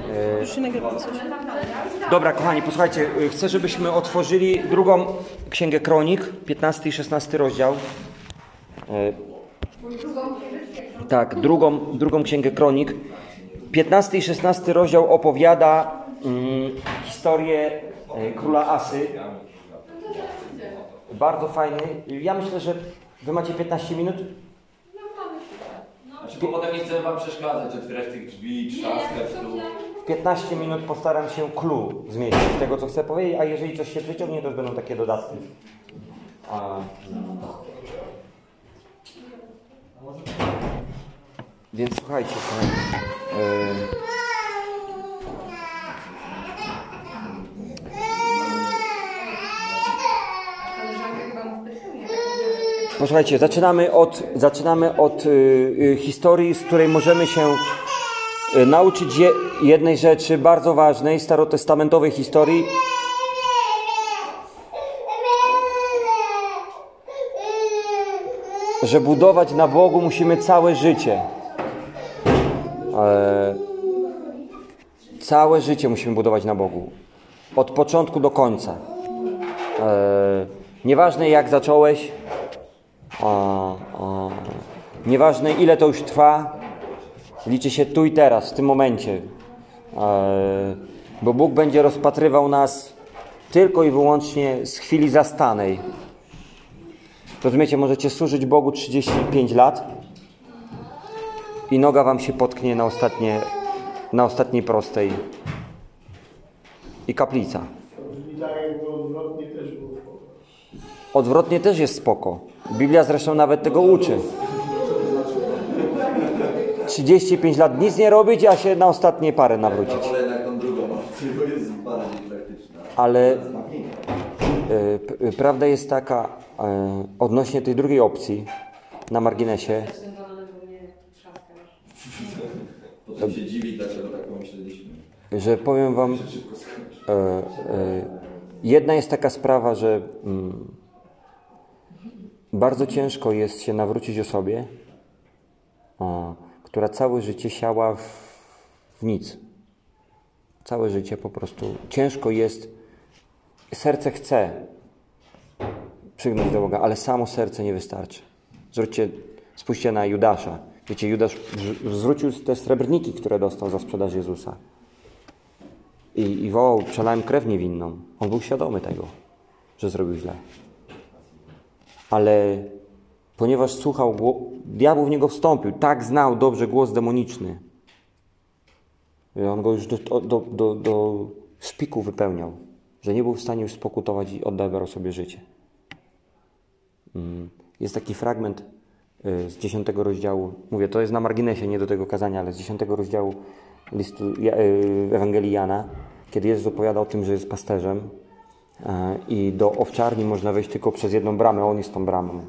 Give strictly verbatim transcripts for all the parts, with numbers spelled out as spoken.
Już się nagrywa coś. Dobra, kochani, posłuchajcie, chcę, żebyśmy otworzyli drugą Księgę Kronik, piętnasty i szesnasty rozdział. Tak, drugą, drugą Księgę Kronik. piętnasty i szesnasty rozdział opowiada mm, historię e, króla Asy. Bardzo fajny. Ja myślę, że wy macie piętnaście minut. Znaczy, bo potem nie chcemy wam przeszkadzać, otwierać tych drzwi, trzaskać tu. W piętnaście minut postaram się clue zmieścić tego, co chcę powiedzieć, a jeżeli coś się wyciągnie, to już będą takie dodatki. A... Więc słuchajcie, kochani. Yy... Posłuchajcie, zaczynamy od, zaczynamy od y, y, historii, z której możemy się y, nauczyć je, jednej rzeczy bardzo ważnej, starotestamentowej historii. Że budować na Bogu musimy całe życie. E, całe życie musimy budować na Bogu. Od początku do końca. E, nieważne jak zacząłeś, O, o. nieważne ile to już trwa, liczy się tu i teraz, w tym momencie. E, bo Bóg będzie rozpatrywał nas tylko i wyłącznie z chwili zastanej. Rozumiecie, możecie służyć Bogu trzydzieści pięć lat i noga wam się potknie na, ostatnie, na ostatniej prostej i kaplica. Odwrotnie też jest spoko. Biblia zresztą nawet tego uczy. trzydzieści pięć lat nic nie robić, a się na ostatnie parę nawrócić. Ale y, prawda jest taka, y, odnośnie tej drugiej opcji, na marginesie. Potem się dziwi, dlaczego tak pomyśleliśmy. Że powiem wam, y, y, jedna jest taka sprawa, że y, bardzo ciężko jest się nawrócić osobie, o, która całe życie siała w, w nic. Całe życie po prostu. Ciężko jest. Serce chce przygnąć do Boga, ale samo serce nie wystarczy. Zwróćcie, spójrzcie na Judasza. Wiecie, Judasz zwrócił te srebrniki, które dostał za sprzedaż Jezusa. I, i wołał, przelałem krew niewinną. On był świadomy tego, że zrobił źle. Ale ponieważ słuchał, diabeł w niego wstąpił, tak znał dobrze głos demoniczny. On go już do, do, do, do szpiku wypełniał, że nie był w stanie już spokutować i odebrał sobie życie. Jest taki fragment z dziesiątego rozdziału, mówię, to jest na marginesie, nie do tego kazania, ale z dziesiątego rozdziału listu Ewangelii Jana, kiedy Jezus opowiada o tym, że jest pasterzem i do owczarni można wejść tylko przez jedną bramę, on jest tą bramą.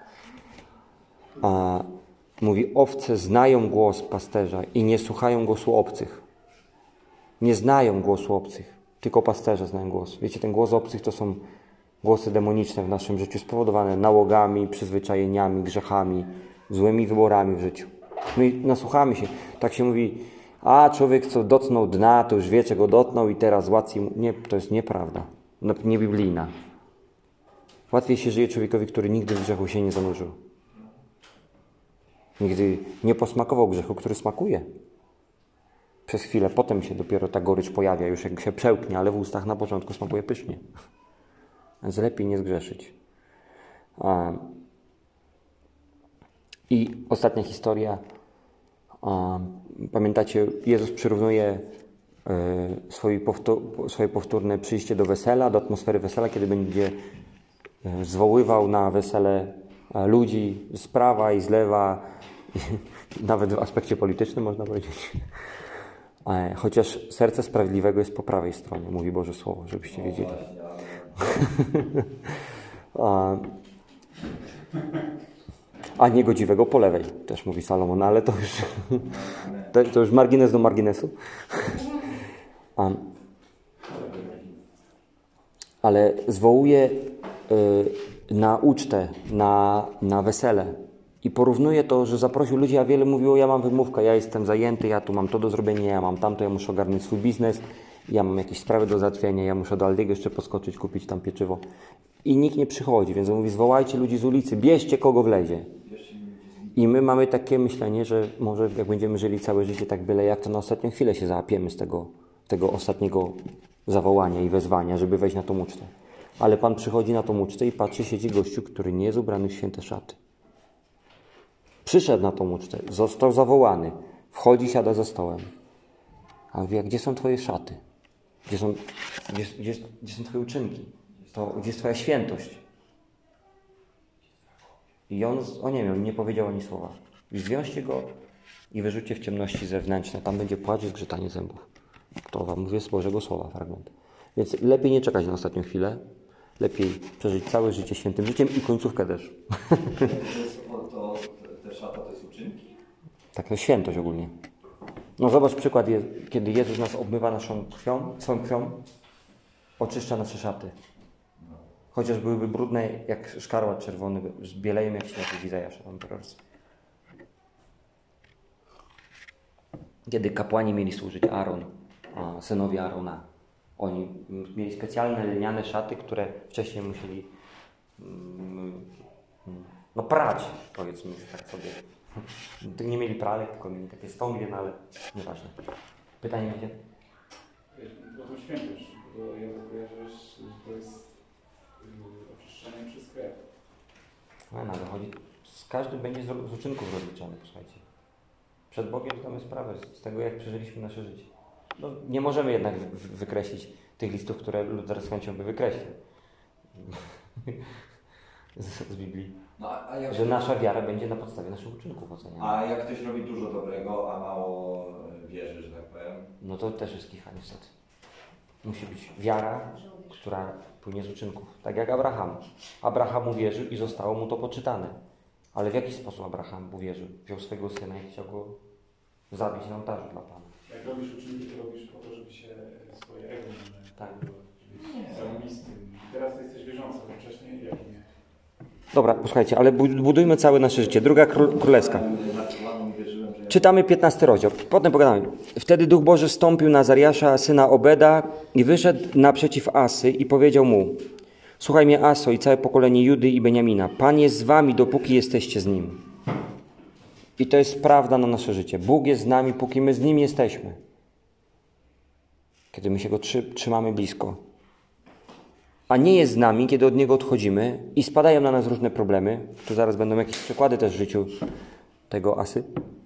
A mówi, owce znają głos pasterza i nie słuchają głosu obcych. Nie znają głosu obcych, tylko pasterze znają głos. Wiecie, ten głos obcych to są głosy demoniczne w naszym życiu, spowodowane nałogami, przyzwyczajeniami, grzechami, złymi wyborami w życiu. My nasłuchamy się. Tak się mówi, a człowiek, co dotknął dna, to już wie, czego dotknął i teraz łatwiej mu... Nie, to jest nieprawda. Niebiblijna. Łatwiej się żyje człowiekowi, który nigdy w grzechu się nie zanurzył. Nigdy nie posmakował grzechu, który smakuje. Przez chwilę, potem się dopiero ta gorycz pojawia, już jak się przełknie, ale w ustach na początku smakuje pysznie. Więc lepiej nie zgrzeszyć. I ostatnia historia. Pamiętacie, Jezus przyrównuje swoje, powtór, swoje powtórne przyjście do wesela, do atmosfery wesela, kiedy będzie zwoływał na wesele ludzi z prawa i z lewa, nawet w aspekcie politycznym można powiedzieć. Chociaż serce sprawiedliwego jest po prawej stronie, mówi Boże Słowo, żebyście wiedzieli. a, a niegodziwego po lewej, też mówi Salomon, ale to już, to, to już margines do marginesu. A, ale zwołuje y, na ucztę, na, na wesele I porównuje to, że zaprosił ludzi, a wiele mówiło, ja mam wymówkę, ja jestem zajęty, ja tu mam to do zrobienia, ja mam tamto, ja muszę ogarnąć swój biznes, ja mam jakieś sprawy do załatwienia, ja muszę do Aldiego jeszcze poskoczyć, kupić tam pieczywo. I nikt nie przychodzi, więc on mówi, zwołajcie ludzi z ulicy, bierzcie kogo wlezie. I my mamy takie myślenie, że może jak będziemy żyli całe życie tak byle jak, to na ostatnią chwilę się załapiemy z tego, tego ostatniego zawołania i wezwania, żeby wejść na tą ucztę. Ale Pan przychodzi na tą ucztę i patrzy, siedzi gościu, który nie jest ubrany w święte szaty. Przyszedł na tą ucztę, został zawołany, wchodzi, siada za stołem. A mówi, a gdzie są Twoje szaty? Gdzie są, gdzie, gdzie, gdzie są Twoje uczynki? To, gdzie jest Twoja świętość? I on, o nie wiem, nie powiedział ani słowa. I zwiążcie go i wyrzućcie w ciemności zewnętrzne. Tam będzie płacz i zgrzytanie zębów. To wam mówię z Bożego Słowa fragment. Więc lepiej nie czekać na ostatnią chwilę. Lepiej przeżyć całe życie świętym życiem i końcówkę też. To, to, te szata to jest uczynki? Tak, to świętość ogólnie. No zobacz przykład, kiedy Jezus nas obmywa naszą krwią, swoją krwią, oczyszcza nasze szaty. Chociaż byłyby brudne jak szkarłat czerwony, zbieleją jak śnieg w Izajasza. Kiedy kapłani mieli służyć, Aaron, a synowie Aarona, oni mieli specjalne lniane szaty, które wcześniej musieli mm, no prać, powiedzmy tak sobie. Nie mieli pralek, tylko mieli takie stągwie, no ale nieważne. Pytanie będzie? Bo to świętość, bo ja kojarzę, że to jest oczyszczenie przez krew. No, no, chodzi, z każdym będzie z, z uczynków rozliczany, słuchajcie. Przed Bogiem zdamy sprawę z tego, jak przeżyliśmy nasze życie. No, nie możemy jednak wy, wykreślić tych listów, które lud zaraz chęcią by wykreślił z, z Biblii. No, a, a jak że nasza wiara będzie na podstawie naszych uczynków oceniana. A jak ktoś robi dużo dobrego, a mało wierzy, że tak powiem? No to też jest kicha niestety. Musi być wiara, która płynie z uczynków. Tak jak Abraham. Abraham uwierzył i zostało mu to poczytane. Ale w jaki sposób Abraham uwierzył? Wziął swojego syna i chciał go zabić na ołtarzu dla Pana. Jak robisz uczynki, to robisz po to, żeby się swoje ego nie tak. zarobistym. Teraz to jesteś wierzący, a wcześniej jak nie. Dobra, posłuchajcie, ale budujmy całe nasze życie. Druga królewska. Czytamy piętnasty rozdział. Potem pogadamy. Wtedy Duch Boży zstąpił na Azariasza, syna Obeda i wyszedł naprzeciw Asy i powiedział mu: słuchaj mnie, Aso, i całe pokolenie Judy i Beniamina. Pan jest z wami, dopóki jesteście z Nim. I to jest prawda na nasze życie. Bóg jest z nami, póki my z Nim jesteśmy. Kiedy my się Go trzymamy blisko. A nie jest z nami, kiedy od Niego odchodzimy i spadają na nas różne problemy. Tu zaraz będą jakieś przykłady też w życiu tego Asy.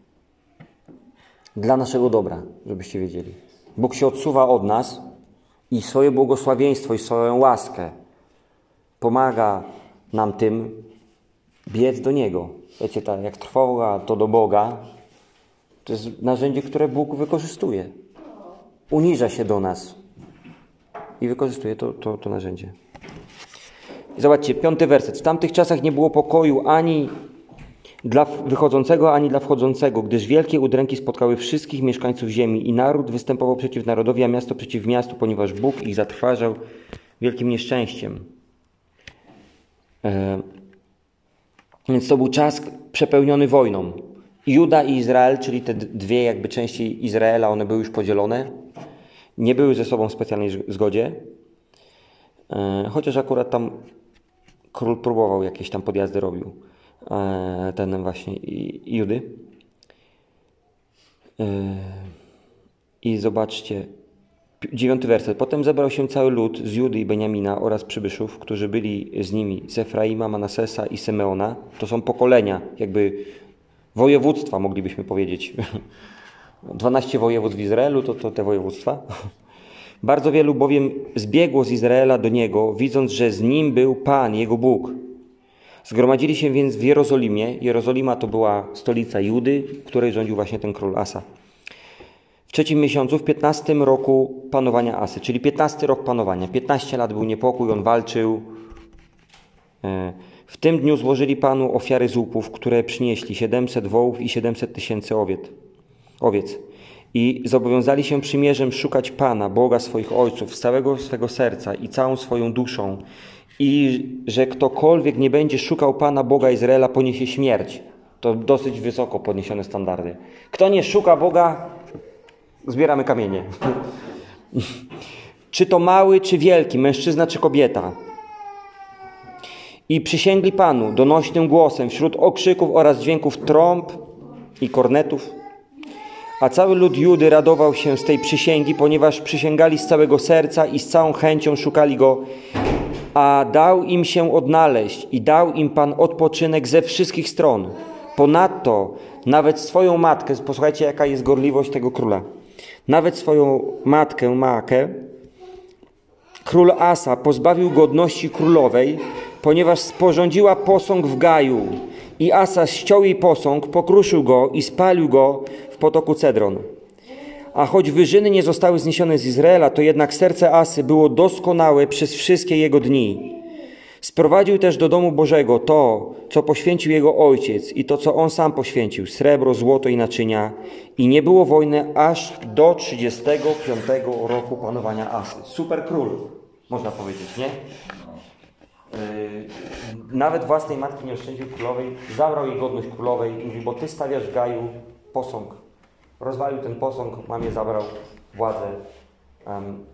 Dla naszego dobra, żebyście wiedzieli. Bóg się odsuwa od nas i swoje błogosławieństwo i swoją łaskę pomaga nam tym biec do Niego. Wiecie, tak jak trwoga to do Boga, to jest narzędzie, które Bóg wykorzystuje. Uniża się do nas i wykorzystuje to, to, to narzędzie. I zobaczcie, piąty werset. W tamtych czasach nie było pokoju ani dla wychodzącego, ani dla wchodzącego, gdyż wielkie udręki spotkały wszystkich mieszkańców ziemi i naród występował przeciw narodowi, a miasto przeciw miastu, ponieważ Bóg ich zatrważał wielkim nieszczęściem. E, więc to był czas przepełniony wojną. Juda i Izrael, czyli te dwie jakby części Izraela, one były już podzielone. Nie były ze sobą w specjalnej zgodzie. E, chociaż akurat tam król próbował jakieś tam podjazdy robił. Ten właśnie Judy. I zobaczcie, dziewiąty werset. Potem zebrał się cały lud z Judy i Beniamina oraz przybyszów, którzy byli z nimi, z Efraima, Manasesa i Symeona. To są pokolenia, jakby województwa, moglibyśmy powiedzieć. dwanaście województw w Izraelu, to, to te województwa. Bardzo wielu bowiem zbiegło z Izraela do niego, widząc, że z nim był Pan, jego Bóg. Zgromadzili się więc w Jerozolimie. Jerozolima to była stolica Judy, w której rządził właśnie ten król Asa. W trzecim miesiącu, w piętnastym roku panowania Asy, czyli piętnasty rok panowania. piętnaście lat był niepokój, on walczył. W tym dniu złożyli Panu ofiary z łupów, które przynieśli siedemset wołów i siedemset tysięcy owiec. I zobowiązali się przymierzem szukać Pana, Boga swoich ojców, z całego swego serca i całą swoją duszą. I że ktokolwiek nie będzie szukał Pana, Boga Izraela, poniesie śmierć. To dosyć wysoko podniesione standardy. Kto nie szuka Boga, zbieramy kamienie. Czy to mały, czy wielki, mężczyzna, czy kobieta. I przysięgli Panu donośnym głosem wśród okrzyków oraz dźwięków trąb i kornetów. A cały lud Judy radował się z tej przysięgi, ponieważ przysięgali z całego serca i z całą chęcią szukali Go, a dał im się odnaleźć i dał im Pan odpoczynek ze wszystkich stron. Ponadto nawet swoją matkę, posłuchajcie jaka jest gorliwość tego króla, nawet swoją matkę, Maakę, król Asa pozbawił godności królowej, ponieważ sporządziła posąg w Gaju i Asa ściął jej posąg, pokruszył go i spalił go w potoku Cedron. A choć wyżyny nie zostały zniesione z Izraela, to jednak serce Asy było doskonałe przez wszystkie jego dni. Sprowadził też do domu Bożego to, co poświęcił jego ojciec i to, co on sam poświęcił, srebro, złoto i naczynia. I nie było wojny aż do trzydziestego piątego roku panowania Asy. Super król, można powiedzieć, nie? Yy, nawet własnej matki nie oszczędził królowej, zabrał jej godność królowej i mówi, bo ty stawiasz w Gaju posąg. Rozwalił ten posąg, mamie zabrał władzę. Um,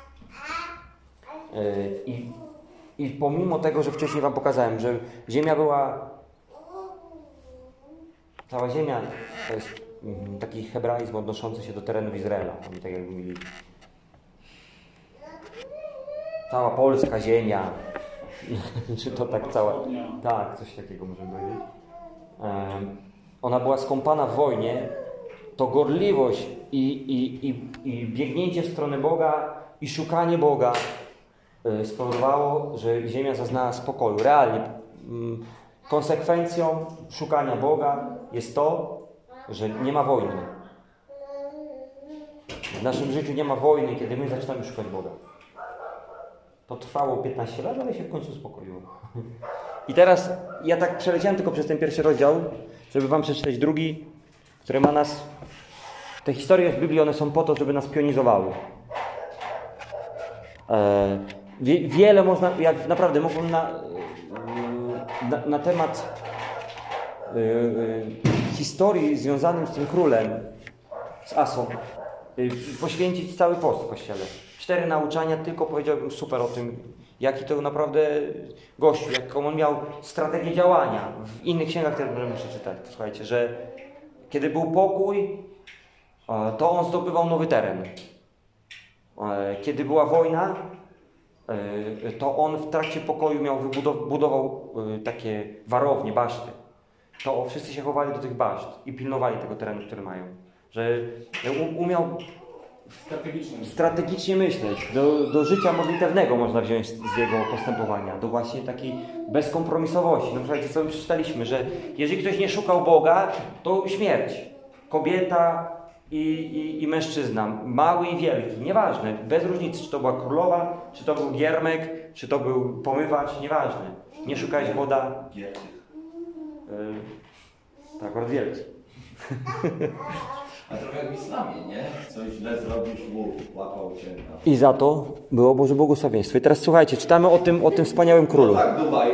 yy, i, I pomimo tego, że wcześniej wam pokazałem, że ziemia była, cała ziemia to jest mm, taki hebraizm odnoszący się do terenów Izraela. Oni tak jakby mówili, cała polska ziemia, czy to tak cała, tak, coś takiego możemy powiedzieć. Um, ona była skąpana w wojnie, to gorliwość i, i, i, i biegnięcie w stronę Boga i szukanie Boga y, spowodowało, że ziemia zaznała spokoju. Realnie y, konsekwencją szukania Boga jest to, że nie ma wojny. W naszym życiu nie ma wojny, kiedy my zaczynamy szukać Boga. To trwało piętnaście lat, ale się w końcu uspokoiło. I teraz ja tak przeleciałem tylko przez ten pierwszy rozdział, żeby wam przeczytać drugi, który ma nas... Te historie w Biblii, one są po to, żeby nas pionizowały. E, wie, wiele można... Ja naprawdę mógłbym na, na, na temat y, y, historii związanym z tym królem, z Asą, y, poświęcić cały post w Kościele. Cztery nauczania, tylko powiedziałbym super o tym, jaki to naprawdę gościu, jaką on miał strategię działania. W innych księgach też możemy przeczytać. Słuchajcie, że kiedy był pokój, to on zdobywał nowy teren. Kiedy była wojna, to on w trakcie pokoju miał wybudow- budował takie warownie, baszty. To wszyscy się chowali do tych baszt i pilnowali tego terenu, który mają. Że umiał strategicznie, strategicznie myśleć. Do, do życia modlitewnego można wziąć z jego postępowania. Do właśnie takiej bezkompromisowości. No słuchajcie, co my przeczytaliśmy, że jeżeli ktoś nie szukał Boga, to śmierć. Kobieta i, i, i mężczyzna. Mały i wielki. Nieważne. Bez różnicy, czy to była królowa, czy to był giermek, czy to był pomywacz. Nieważne. Nie szukałeś Boga. Yy, tak, akurat wielki. A trochę jak w islamie, nie? Coś źle zrobisz, Bóg łapał cię. I za to było Boże błogosławieństwo. I teraz słuchajcie, czytamy o tym, o tym wspaniałym królu. No tak, Dubaj.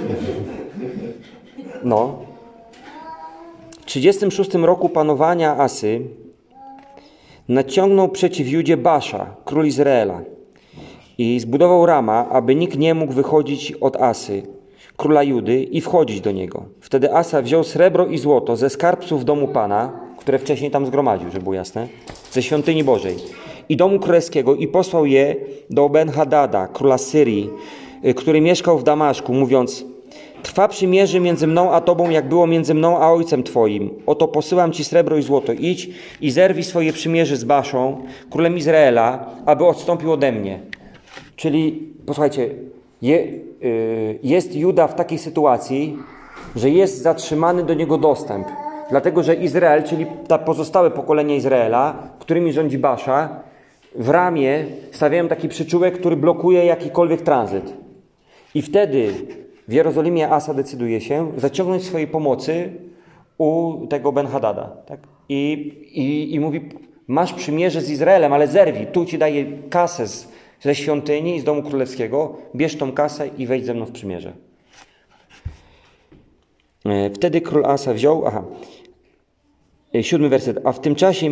No. W trzydziestym szóstym roku panowania Asy naciągnął przeciw Judzie Basza, król Izraela, i zbudował Rama, aby nikt nie mógł wychodzić od Asy, króla Judy, i wchodzić do niego. Wtedy Asa wziął srebro i złoto ze skarbców domu Pana, które wcześniej tam zgromadził, żeby było jasne, ze świątyni Bożej i domu królewskiego, i posłał je do Ben-Hadada, króla Syrii, który mieszkał w Damaszku, mówiąc: trwa przymierze między mną a tobą, jak było między mną a ojcem twoim. Oto posyłam ci srebro i złoto. Idź i zerwij swoje przymierze z Baszą, królem Izraela, aby odstąpił ode mnie. Czyli, posłuchajcie, je, yy, jest Juda w takiej sytuacji, że jest zatrzymany do niego dostęp. Dlatego, że Izrael, czyli ta pozostałe pokolenie Izraela, którymi rządzi Basza, w Ramie stawiają taki przyczółek, który blokuje jakikolwiek tranzyt. I wtedy w Jerozolimie Asa decyduje się zaciągnąć swojej pomocy u tego Ben-Hadada. Tak? I, i, I mówi: masz przymierze z Izraelem, ale zerwij, tu ci daję kasę z, ze świątyni i z domu królewskiego, bierz tą kasę i wejdź ze mną w przymierze. Wtedy król Asa wziął, aha, siódmy werset, a w tym czasie,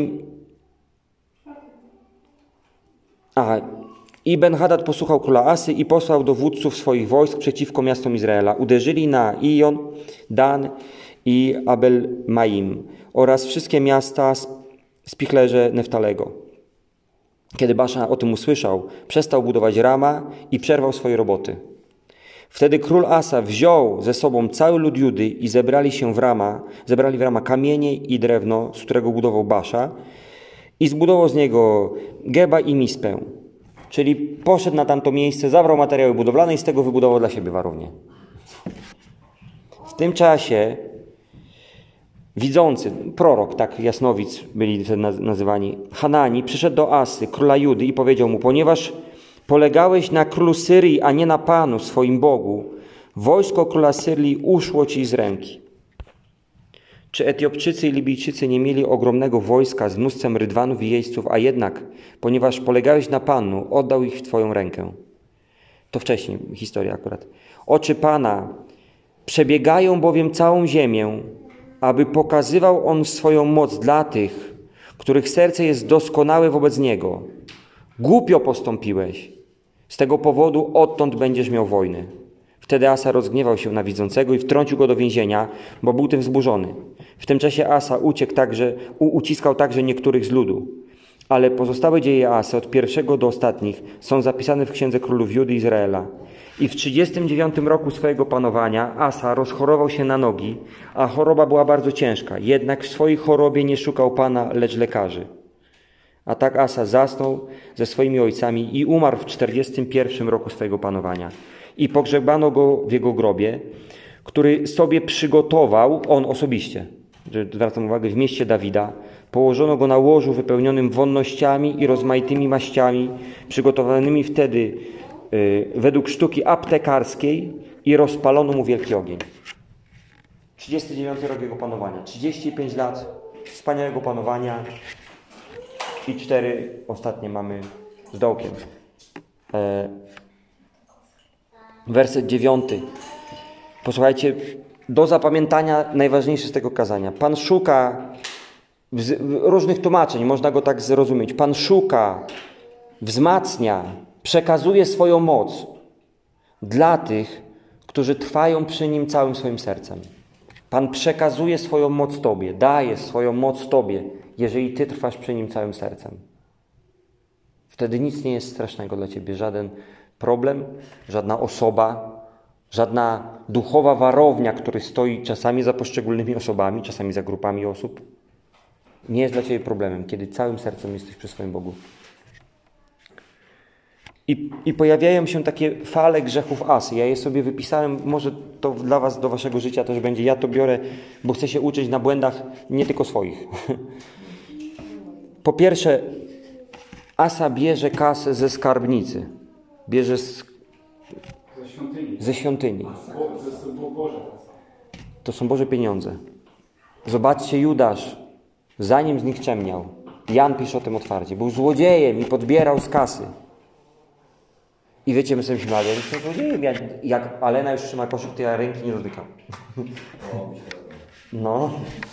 aha, i Ben-Hadad posłuchał króla Asy i posłał dowódców swoich wojsk przeciwko miastom Izraela. Uderzyli na Ijon, Dan i Abel-Maim oraz wszystkie miasta z Pichlerze Neftalego. Kiedy Basza o tym usłyszał, przestał budować Rama i przerwał swoje roboty. Wtedy król Asa wziął ze sobą cały lud Judy i zebrali się w Rama, zebrali w Rama kamienie i drewno, z którego budował Basza, i zbudował z niego Geba i Mispę. Czyli poszedł na tamto miejsce, zabrał materiały budowlane i z tego wybudował dla siebie warownię. W tym czasie widzący, prorok, tak jasnowic byli wtedy nazywani, Hanani, przyszedł do Asy, króla Judy, i powiedział mu: ponieważ polegałeś na królu Syrii, a nie na Panu, swoim Bogu, wojsko króla Syrii uszło ci z ręki. Czy Etiopczycy i Libijczycy nie mieli ogromnego wojska z mnóstwem rydwanów i jeźdźców, a jednak, ponieważ polegałeś na Panu, oddał ich w twoją rękę? To wcześniej historia akurat. Oczy Pana przebiegają bowiem całą ziemię, aby pokazywał On swoją moc dla tych, których serce jest doskonałe wobec Niego. Głupio postąpiłeś. Z tego powodu odtąd będziesz miał wojny. Wtedy Asa rozgniewał się na widzącego i wtrącił go do więzienia, bo był tym wzburzony. W tym czasie Asa uciekł także, u, uciskał także niektórych z ludu. Ale pozostałe dzieje Asy, od pierwszego do ostatnich, są zapisane w Księdze Królów Judy i Izraela. I w trzydziestym dziewiątym roku swojego panowania Asa rozchorował się na nogi, a choroba była bardzo ciężka. Jednak w swojej chorobie nie szukał Pana, lecz lekarzy. A tak Asa zasnął ze swoimi ojcami i umarł w czterdziestym pierwszym roku swojego panowania. I pogrzebano go w jego grobie, który sobie przygotował on osobiście. Zwracam uwagę, w mieście Dawida. Położono go na łożu wypełnionym wonnościami i rozmaitymi maściami, przygotowanymi wtedy y, według sztuki aptekarskiej, i rozpalono mu wielki ogień. trzydziesty dziewiąty rok jego panowania. trzydzieści pięć lat wspaniałego panowania i cztery ostatnie mamy z dołkiem. E, werset dziewiąty. Posłuchajcie, do zapamiętania najważniejsze z tego kazania. Pan szuka różnych tłumaczeń, można go tak zrozumieć. Pan szuka, wzmacnia, przekazuje swoją moc dla tych, którzy trwają przy Nim całym swoim sercem. Pan przekazuje swoją moc Tobie, daje swoją moc Tobie, jeżeli Ty trwasz przy Nim całym sercem. Wtedy nic nie jest strasznego dla Ciebie. Żaden problem, żadna osoba, żadna duchowa warownia, który stoi czasami za poszczególnymi osobami, czasami za grupami osób, nie jest dla Ciebie problemem, kiedy całym sercem jesteś przy swoim Bogu. I, I pojawiają się takie fale grzechów Asy. Ja je sobie wypisałem, może to dla Was, do Waszego życia też będzie. Ja to biorę, bo chcę się uczyć na błędach nie tylko swoich. Po pierwsze, Asa bierze kasę ze skarbnicy. Bierze z, Ze świątyni. ze świątyni. Bo, to było Boże. To są Boże pieniądze. Zobaczcie, Judasz, zanim znikczemniał, Jan pisze o tym otwarcie, był złodziejem i podbierał z kasy. I wiecie, my sobie myślimy, ale ja jestem złodziejem. Jak, jak Alena już trzyma koszyk, to ja ręki nie dotykam. No.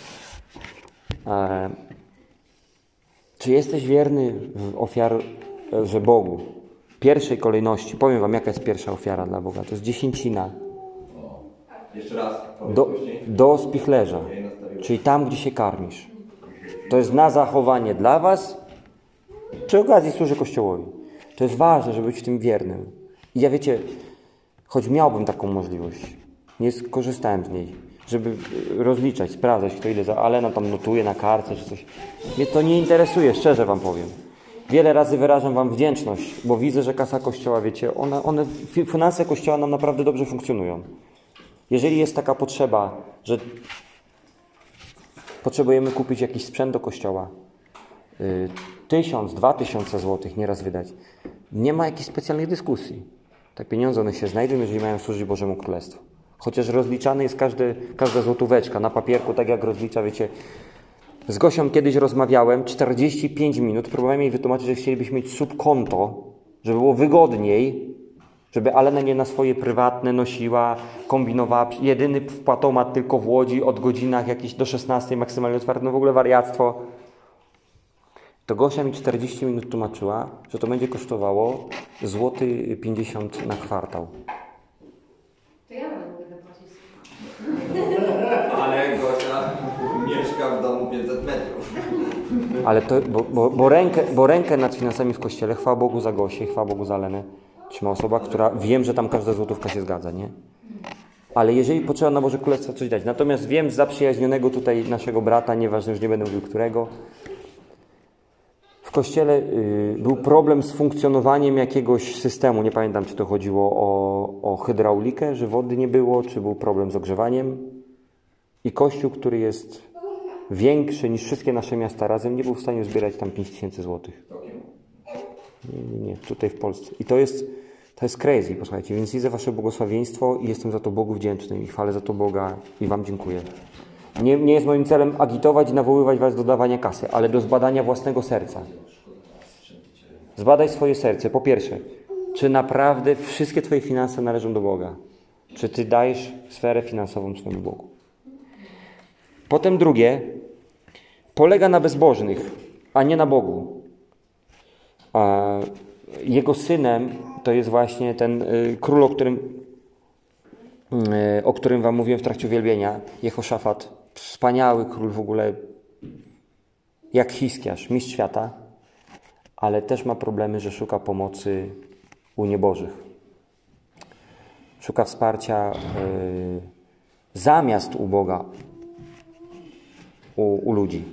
E, czy jesteś wierny w ofiarze Bogu? W pierwszej kolejności, powiem Wam, jaka jest pierwsza ofiara dla Boga. To jest dziesięcina. Jeszcze raz. Do, do spichlerza, czyli tam, gdzie się karmisz. To jest na zachowanie dla Was, przy okazji służy Kościołowi. To jest ważne, żeby być w tym wiernym. I ja wiecie, choć miałbym taką możliwość, nie skorzystałem z niej, żeby rozliczać, sprawdzać, kto ile za Alena tam notuje na kartce czy coś. Mnie to nie interesuje, szczerze Wam powiem. Wiele razy wyrażam Wam wdzięczność, bo widzę, że kasa Kościoła, wiecie, one, one, finanse Kościoła nam naprawdę dobrze funkcjonują. Jeżeli jest taka potrzeba, że potrzebujemy kupić jakiś sprzęt do Kościoła, yy, tysiąc, dwa tysiące złotych nieraz wydać, nie ma jakiejś specjalnej dyskusji. Te pieniądze, one się znajdą, jeżeli mają służyć Bożemu Królestwu. Chociaż rozliczane jest każdy, każda złotóweczka na papierku, tak jak rozlicza, wiecie. Z Gosią kiedyś rozmawiałem, czterdzieści pięć minut, próbowałem jej wytłumaczyć, że chcielibyśmy mieć subkonto, żeby było wygodniej, Żeby Alena nie na swoje prywatne nosiła, kombinowała. Jedyny wpłatomat tylko w Łodzi od godzinach jakieś do szesnastej maksymalnie otwarte. No w ogóle wariactwo. To Gosia mi czterdzieści minut tłumaczyła, że to będzie kosztowało złoty pięćdziesiąt na kwartał. To ja będę mogę zapłacić. Ale Gosia mieszka w domu pięćset metrów. Ale to, bo, bo, bo, rękę, bo rękę nad finansami w kościele, chwała Bogu za Gosię, chwała Bogu za Lenę, trzyma osoba, która wiem, że tam każda złotówka się zgadza, nie? Ale jeżeli potrzeba na Boże Królestwo coś dać. Natomiast wiem z zaprzyjaźnionego tutaj naszego brata, nieważne, już nie będę mówił którego, w kościele y, był problem z funkcjonowaniem jakiegoś systemu. Nie pamiętam, czy to chodziło o, o hydraulikę, że wody nie było, czy był problem z ogrzewaniem. I kościół, który jest większy niż wszystkie nasze miasta razem, nie był w stanie zbierać tam pięć tysięcy złotych. Nie, nie, nie, tutaj w Polsce. I to jest, to jest crazy, posłuchajcie. Więc widzę wasze błogosławieństwo i jestem za to Bogu wdzięczny i chwalę za to Boga i wam dziękuję. Nie, nie jest moim celem agitować i nawoływać was do dawania kasy, ale do zbadania własnego serca. Zbadaj swoje serce. Po pierwsze, czy naprawdę wszystkie twoje finanse należą do Boga? Czy ty dajesz sferę finansową swojemu Bogu? Potem drugie, polega na bezbożnych, a nie na Bogu. A jego synem to jest właśnie ten y, król, o którym, y, o którym wam mówiłem w trakcie uwielbienia, Jehoszafat. Wspaniały król w ogóle, jak Hiskiarz, mistrz świata, ale też ma problemy, że szuka pomocy u niebożych. Szuka wsparcia y, zamiast u Boga, u, u ludzi.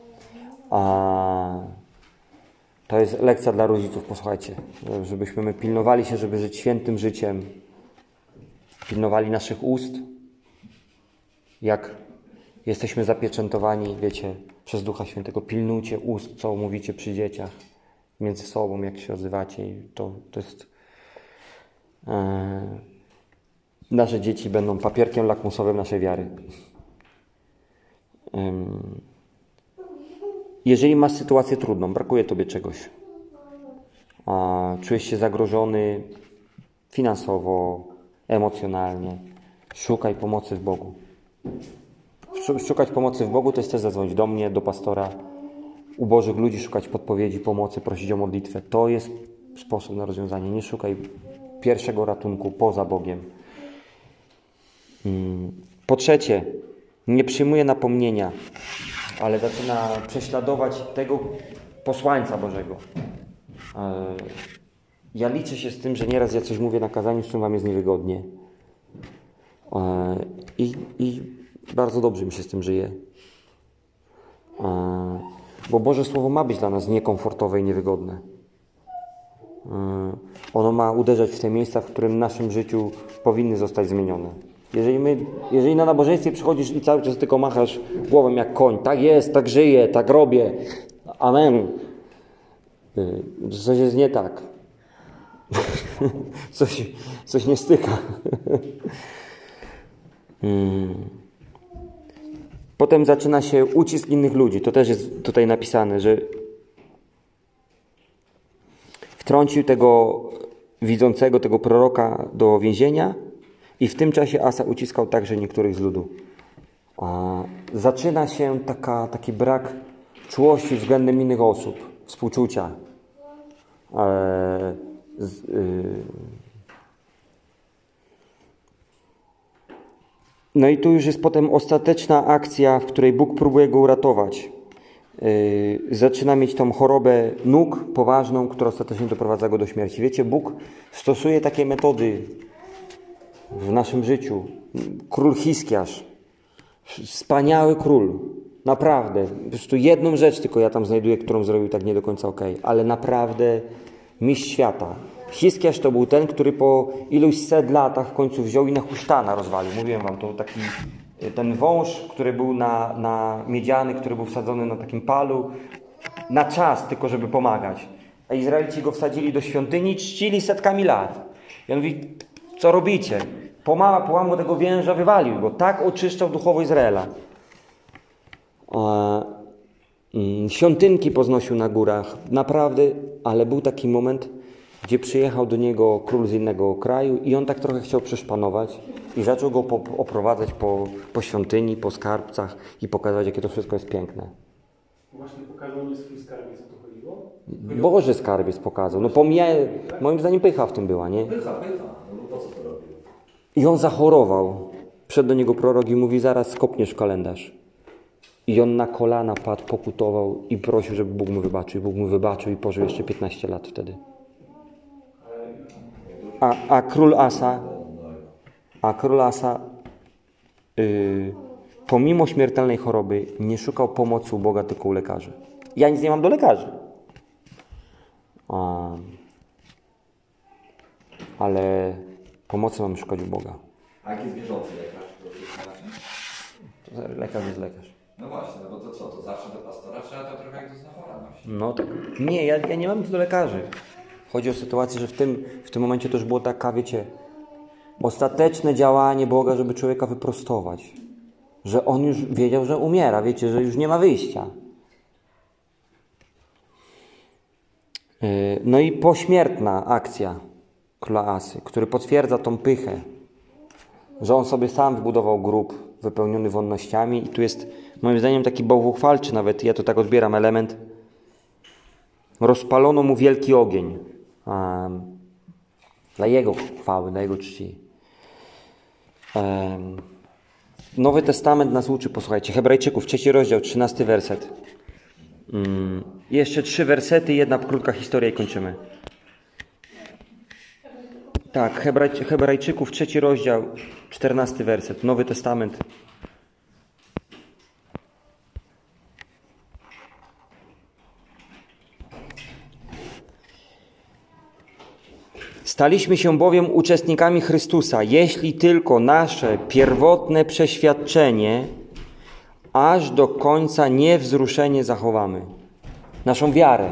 A to jest lekcja dla rodziców, posłuchajcie, żebyśmy my pilnowali się, żeby żyć świętym życiem, pilnowali naszych ust, jak jesteśmy zapieczętowani, wiecie, przez Ducha Świętego. Pilnujcie ust, co mówicie przy dzieciach, między sobą, jak się odzywacie. I to, to jest... E, nasze dzieci będą papierkiem lakmusowym naszej wiary. E, jeżeli masz sytuację trudną, brakuje tobie czegoś, a czujesz się zagrożony finansowo, emocjonalnie, szukaj pomocy w Bogu. Szukać pomocy w Bogu to jest też zadzwonić do mnie, do pastora, u Bożych ludzi, szukać podpowiedzi, pomocy, prosić o modlitwę. To jest sposób na rozwiązanie. Nie szukaj pierwszego ratunku poza Bogiem. Po trzecie, nie przyjmuje napomnienia, ale zaczyna prześladować tego posłańca Bożego. Ja liczę się z tym, że nieraz ja coś mówię na kazaniu, z czym wam jest niewygodnie. I, i bardzo dobrze mi się z tym żyje. Bo Boże Słowo ma być dla nas niekomfortowe i niewygodne. Ono ma uderzać w te miejsca, w którym w naszym życiu powinny zostać zmienione. Jeżeli, my, jeżeli na nabożeństwie przychodzisz i cały czas tylko machasz głową jak koń, tak jest, tak żyję, tak robię, amen, coś jest nie tak. coś, coś nie styka. hmm. Potem zaczyna się ucisk innych ludzi. To też jest tutaj napisane, że wtrącił tego widzącego, tego proroka do więzienia i w tym czasie Asa uciskał także niektórych z ludu. A zaczyna się taka, taki brak czułości względem innych osób, współczucia. E, z, y, No i tu już jest potem ostateczna akcja, w której Bóg próbuje go uratować. Yy, zaczyna mieć tą chorobę nóg poważną, która ostatecznie doprowadza go do śmierci. Wiecie, Bóg stosuje takie metody w naszym życiu. Król Hiskiarz, wspaniały król, naprawdę. Po prostu jedną rzecz tylko ja tam znajduję, którą zrobił tak nie do końca okej, ale naprawdę mistrz świata. Hiskiarz to był ten, który po iluś set latach w końcu wziął i na huśtana rozwalił. Mówiłem wam, to taki ten wąż, który był na, na miedziany, który był wsadzony na takim palu, na czas tylko, żeby pomagać. A Izraelici go wsadzili do świątyni, czcili setkami lat. I on mówi, co robicie? Pomała, połamał tego węża, wywalił go. Tak oczyszczał duchowo Izraela. A, mm, świątynki poznosił na górach. Naprawdę, ale był taki moment, gdzie przyjechał do niego król z innego kraju i on tak trochę chciał przeszpanować i zaczął go po, oprowadzać po, po świątyni, po skarbcach i pokazać, jakie to wszystko jest piękne. Właśnie pokazał mi swój skarbiec, o to chodziło? Boży skarbiec pokazał. No pomija, moim zdaniem pycha w tym była, nie? Pycha, pycha. No bo po co to robił? I on zachorował. Przyszedł do niego prorok i mówi, zaraz skopniesz w kalendarz. I on na kolana padł, pokutował i prosił, żeby Bóg mu wybaczył. Bóg mu wybaczył i pożył jeszcze piętnaście lat wtedy. A, a król Asa, a król Asa yy, pomimo śmiertelnej choroby nie szukał pomocy u Boga, tylko u lekarzy. Ja nic nie mam do lekarzy. A, ale pomocy mam szukać u Boga. A jaki jest wierzący lekarz? To Lekarz jest lekarz. No właśnie, no bo to co, to zawsze do pastora trzeba to trochę jak do znachora nosić. No tak. Nie, ja, ja nie mam nic do lekarzy. Chodzi o sytuację, że w tym, w tym momencie to już było taka, wiecie, ostateczne działanie Boga, żeby człowieka wyprostować. Że on już wiedział, że umiera, wiecie, że już nie ma wyjścia. Yy, no i pośmiertna akcja króla Asy, który potwierdza tą pychę, że on sobie sam wybudował grób wypełniony wonnościami i tu jest moim zdaniem taki bałwochwalczy nawet, ja to tak odbieram element. Rozpalono mu wielki ogień um, dla jego chwały, dla jego czci. Um, Nowy Testament nas uczy, posłuchajcie, Hebrajczyków, trzeci rozdział, trzynasty werset. Um, jeszcze trzy wersety, jedna krótka historia i kończymy. Tak, Hebraj, Hebrajczyków, trzeci rozdział, czternasty werset, Nowy Testament. Staliśmy się bowiem uczestnikami Chrystusa, jeśli tylko nasze pierwotne przeświadczenie aż do końca niewzruszenie zachowamy. Naszą wiarę.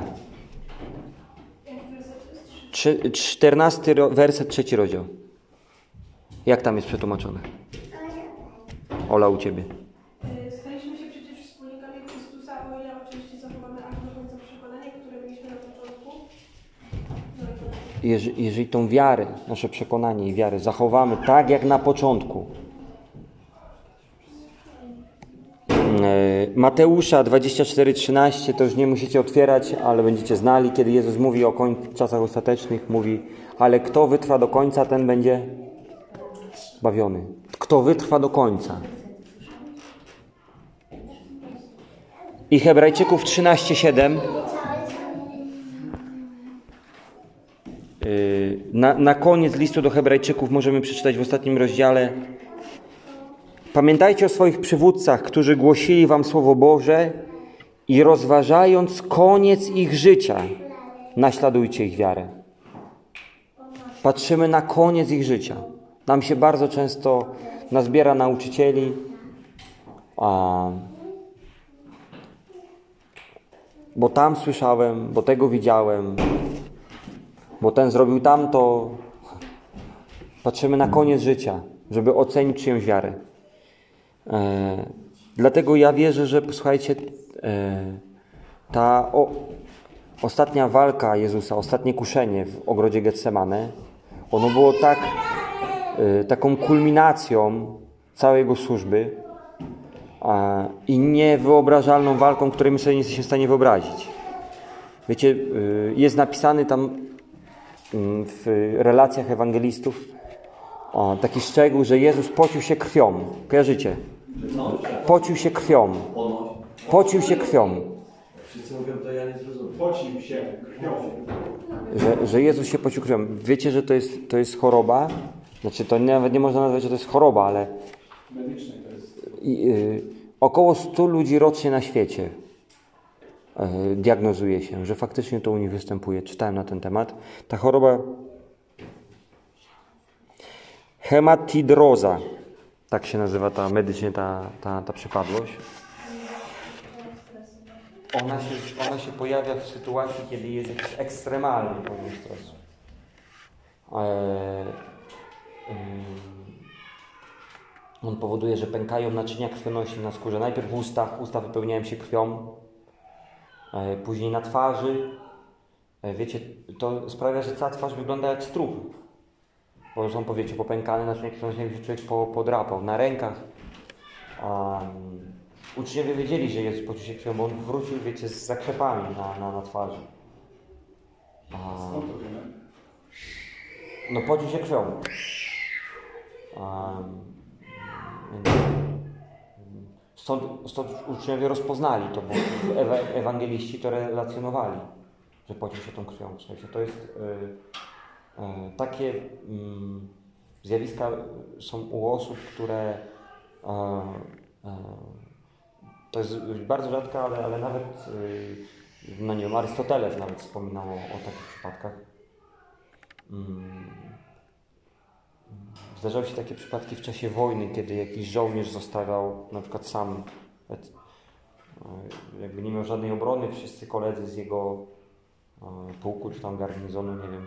Trzy, czternasty werset, trzeci rozdział. Jak tam jest przetłumaczone? Ola, u Ciebie. Staliśmy się przecież wspólnikami Chrystusa, o ile oczywiście zachowamy aż do końca przekonania, które mieliśmy na początku. No i Jeżeli, jeżeli tą wiarę, nasze przekonanie i wiarę zachowamy tak jak na początku. Mateusza dwadzieścia cztery trzynaście, to już nie musicie otwierać, ale będziecie znali, kiedy Jezus mówi o koń, czasach ostatecznych, mówi, ale kto wytrwa do końca, ten będzie zbawiony. Kto wytrwa do końca. I Hebrajczyków trzynaście siedem. Na, na koniec listu do Hebrajczyków możemy przeczytać w ostatnim rozdziale. Pamiętajcie o swoich przywódcach, którzy głosili wam Słowo Boże i rozważając koniec ich życia, naśladujcie ich wiarę. Patrzymy na koniec ich życia. Nam się bardzo często nazbiera nauczycieli, a, bo tam słyszałem, bo tego widziałem, bo ten zrobił tamto. Patrzymy na koniec życia, żeby ocenić czyjąś wiarę. E, dlatego ja wierzę, że posłuchajcie, e, ta o, ostatnia walka Jezusa, ostatnie kuszenie w ogrodzie Getsemane, ono było tak, e, taką kulminacją całej Jego służby a, i niewyobrażalną walką, której my sobie nie jesteśmy w stanie wyobrazić. Wiecie, e, jest napisany tam w relacjach ewangelistów o, taki szczegół, że Jezus pocił się krwią. Kojarzycie? Pocił się krwią. Pocił się krwią. Wszyscy mówią, to ja nie zrozumiem. Pocił się krwią. Że, że Jezus się pocił krwią. Wiecie, że to jest, to jest choroba? Znaczy, to nawet nie można nazwać, że to jest choroba, ale Medycznej to jest. i, y, około stu ludzi rocznie na świecie y, diagnozuje się, że faktycznie to u nich występuje. Czytałem na ten temat. Ta choroba hematidroza, tak się nazywa ta medycznie ta, ta, ta przypadłość. Ona się, ona się pojawia w sytuacji, kiedy jest jakiś ekstremalny poziom stresu. Eee, on powoduje, że pękają naczynia krwionośne na skórze. Najpierw w ustach, usta wypełniają się krwią, e, później na twarzy, E, Wiecie, to sprawia, że cała twarz wygląda jak strób. Bo są, powiecie, popękane, na czym się człowiek po, podrapał. Na rękach. Um, uczniowie wiedzieli, że Jezus pocił się krwią, bo On wrócił, wiecie, z zakrzepami na, na, na twarzy. A, Skąd to wiemy? no pocił się krwią. Um, stąd, stąd uczniowie rozpoznali to, bo ewa, ewangeliści to relacjonowali, że pocił się tą krwią. Słuchajcie, to jest y, y, takie y, zjawiska są u osób, które y, y, to jest bardzo rzadka, ale, ale nawet y, no nie wiem, Arystoteles nawet wspominał o, o takich przypadkach. Y, Zdarzały się takie przypadki w czasie wojny, kiedy jakiś żołnierz zostawał na przykład sam, jakby nie miał żadnej obrony, wszyscy koledzy z jego pułku czy tam garnizonu, nie wiem,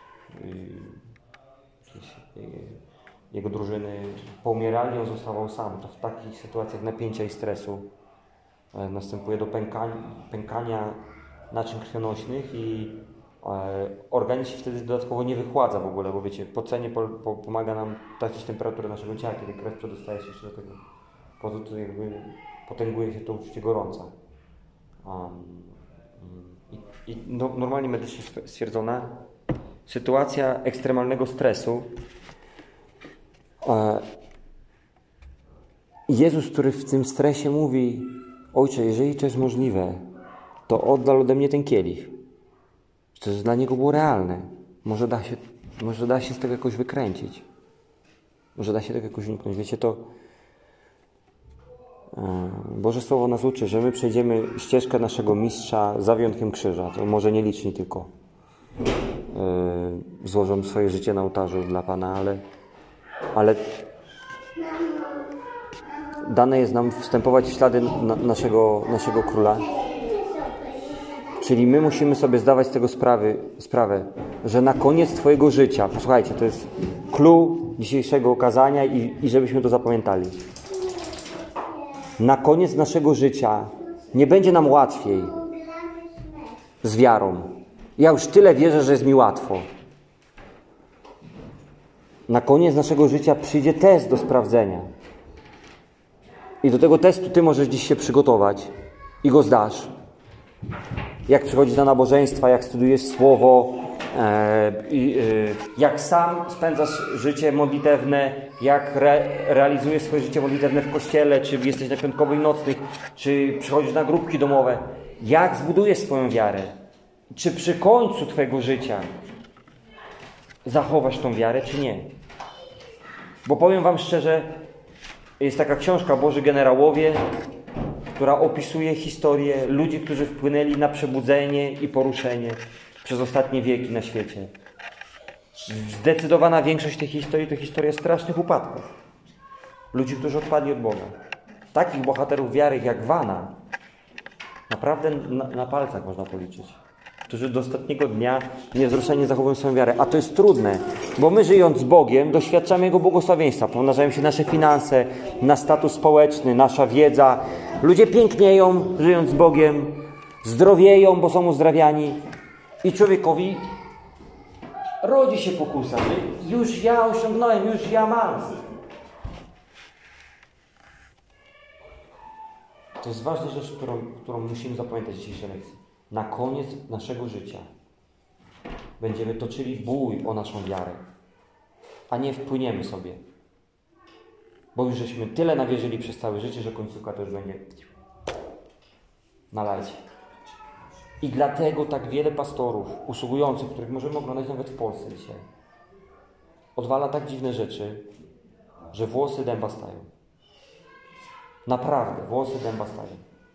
jakieś, jego drużyny poumierali, on zostawał sam. To w takich sytuacjach napięcia i stresu następuje do pękania, pękania naczyń krwionośnych i organizm się wtedy dodatkowo nie wychładza w ogóle, bo wiecie, pocenie po, po, pomaga nam tracić temperaturę naszego ciała, kiedy krew przedostaje się jeszcze do tego powodu, to jakby potęguje się to uczucie gorąca. Um, I i no, normalnie medycznie stwierdzona sytuacja ekstremalnego stresu. E, Jezus, który w tym stresie mówi: Ojcze, jeżeli to jest możliwe, to oddal ode mnie ten kielich. To dla Niego było realne. Może da się, może da się z tego jakoś wykręcić. Może da się tego jakoś uniknąć. Wiecie, to Boże Słowo nas uczy, że my przejdziemy ścieżkę naszego mistrza za wyjątkiem krzyża. To może nieliczni tylko yy, złożą swoje życie na ołtarzu dla Pana, ale, ale dane jest nam wstępować w ślady na, naszego, naszego Króla. Czyli my musimy sobie zdawać z tego sprawy, sprawę, że na koniec Twojego życia, posłuchajcie, to jest clue dzisiejszego kazania i, i żebyśmy to zapamiętali. Na koniec naszego życia nie będzie nam łatwiej z wiarą. Ja już tyle wierzę, że jest mi łatwo. Na koniec naszego życia przyjdzie test do sprawdzenia. I do tego testu Ty możesz dziś się przygotować i go zdasz. Jak przychodzisz na nabożeństwa, jak studiujesz Słowo, e, e, jak sam spędzasz życie modlitewne, jak re, realizujesz swoje życie modlitewne w kościele, czy jesteś na piątkowych nocnych, czy przychodzisz na grupki domowe. Jak zbudujesz swoją wiarę? Czy przy końcu Twojego życia zachowasz tą wiarę, czy nie? Bo powiem Wam szczerze, jest taka książka Boży Generałowie, która opisuje historię ludzi, którzy wpłynęli na przebudzenie i poruszenie przez ostatnie wieki na świecie. Zdecydowana większość tej historii to historia strasznych upadków. Ludzi, którzy odpadli od Boga. Takich bohaterów wiary jak Wana naprawdę na, na palcach można policzyć. Którzy do ostatniego dnia niewzruszenie zachowują swoją wiarę. A to jest trudne, bo my żyjąc z Bogiem doświadczamy Jego błogosławieństwa. Pomnażają się nasze finanse, nasz status społeczny, nasza wiedza. Ludzie pięknieją, żyjąc z Bogiem, zdrowieją, bo są uzdrawiani. I człowiekowi rodzi się pokusa, że już ja osiągnąłem, już ja mam. To jest ważna rzecz, którą, którą musimy zapamiętać w dzisiejszej lekcji. Na koniec naszego życia będziemy toczyli bój o naszą wiarę, a nie wpłyniemy sobie. Bo już żeśmy tyle nawierzyli przez całe życie, że końcówka to już będzie na lajcie. I dlatego tak wiele pastorów usługujących, których możemy oglądać nawet w Polsce dzisiaj, odwala tak dziwne rzeczy, że włosy dęba stają. Naprawdę, włosy dęba stają.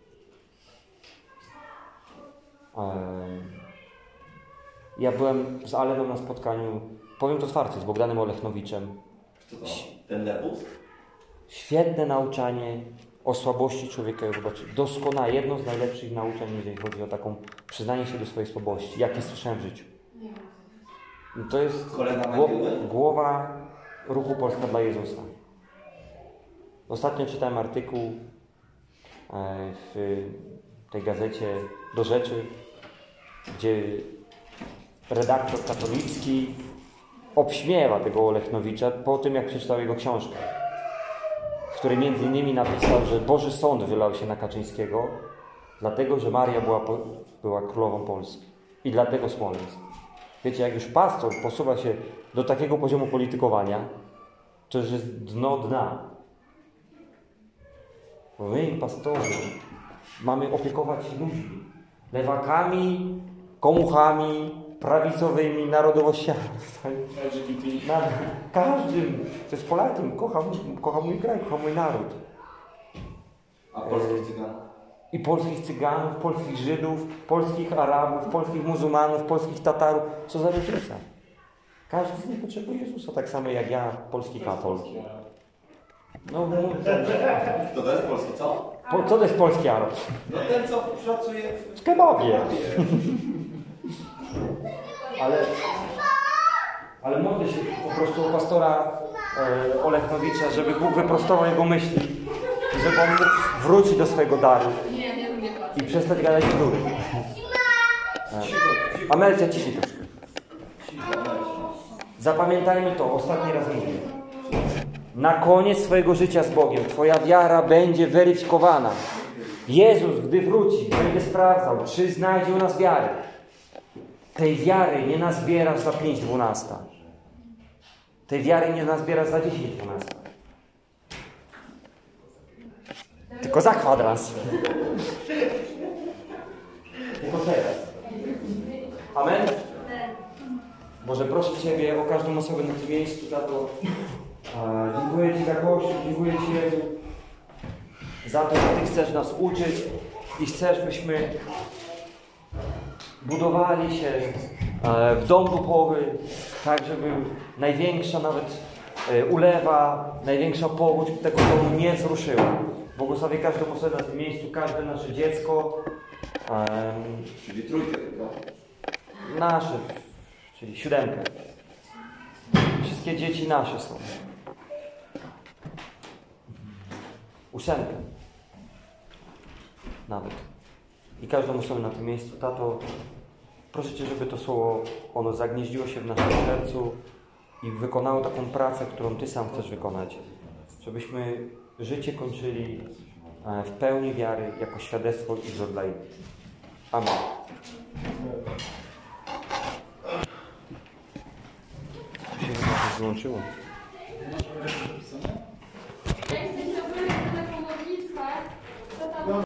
Ja byłem z Aleną na spotkaniu, powiem to otwarcie, z Bogdanem Olechnowiczem. Co to? Ten lewus? Świetne nauczanie o słabości człowieka. Doskonałe, jedno z najlepszych nauczeń, jeżeli chodzi o taką przyznanie się do swojej słabości, jakie słyszałem w życiu. To jest gło- głowa ruchu Polska dla Jezusa. Ostatnio czytałem artykuł w tej gazecie Do Rzeczy, gdzie redaktor katolicki obśmiewa tego Olechnowicza po tym, jak przeczytał jego książkę, w której między innymi napisał, że Boży Sąd wylał się na Kaczyńskiego, dlatego, że Maria była, była królową Polski. I dlatego Smoleńsk. Wiecie, jak już pastor posuwa się do takiego poziomu politykowania, to już jest dno dna. Bo my, pastorzy, mamy opiekować się ludźmi. Lewakami, komuchami, prawicowymi narodowościami. L G B T. Na każdym, co jest Polakiem, kocha, kocha mój kraj, kocha mój naród. A polskich cyganów? I polskich Cyganów, polskich Żydów, polskich Arabów, polskich muzułmanów, polskich Tatarów. Co za różnica? Każdy z nich potrzebuje Jezusa, tak samo jak ja, polski katolik. No, no To to jest polski, co? po, co to jest polski Arab? No ten, co pracuje w... W kebabie. Ale, ale modlę się po prostu o pastora e, Olechnowicza, żeby Bóg wyprostował jego myśli, żeby on mógł wrócić do swojego daru Nie, nie lubię i przestać gadać w dół. Amelcia, ciszej troszkę. Zapamiętajmy to, ostatni raz mówię. Na koniec swojego życia z Bogiem Twoja wiara będzie weryfikowana. Jezus, gdy wróci, będzie sprawdzał, czy znajdzie u nas wiarę. Tej wiary nie nazbierasz za pięć dwunasta. Tej wiary nie nazbierasz za dziesięć dwunasta. Tylko za kwadrans. Tylko teraz. Amen? Boże, proszę Ciebie o każdą osobę na tym miejscu, tato. A, dziękuję Ci za Kościół, dziękuję Ci, Jezu, za to, że Ty chcesz nas uczyć i chcesz, byśmy budowali się e, w dom duchowy, tak, żeby największa nawet e, ulewa, największa powódź tego domu nie wzruszyła. Błogosławię każdą osobę na tym miejscu, każde nasze dziecko. E, Czyli trójkę tylko. nasze, czyli siódemkę. Wszystkie dzieci nasze są. Ósemkę. Nawet. I każdą osobę na tym miejscu. Tato, proszę Cię, żeby to słowo, ono zagnieździło się w naszym sercu i wykonało taką pracę, którą Ty sam chcesz wykonać. Żebyśmy życie kończyli w pełni wiary, jako świadectwo i wzór dla innych. Amen. Tu się chyba złączyło.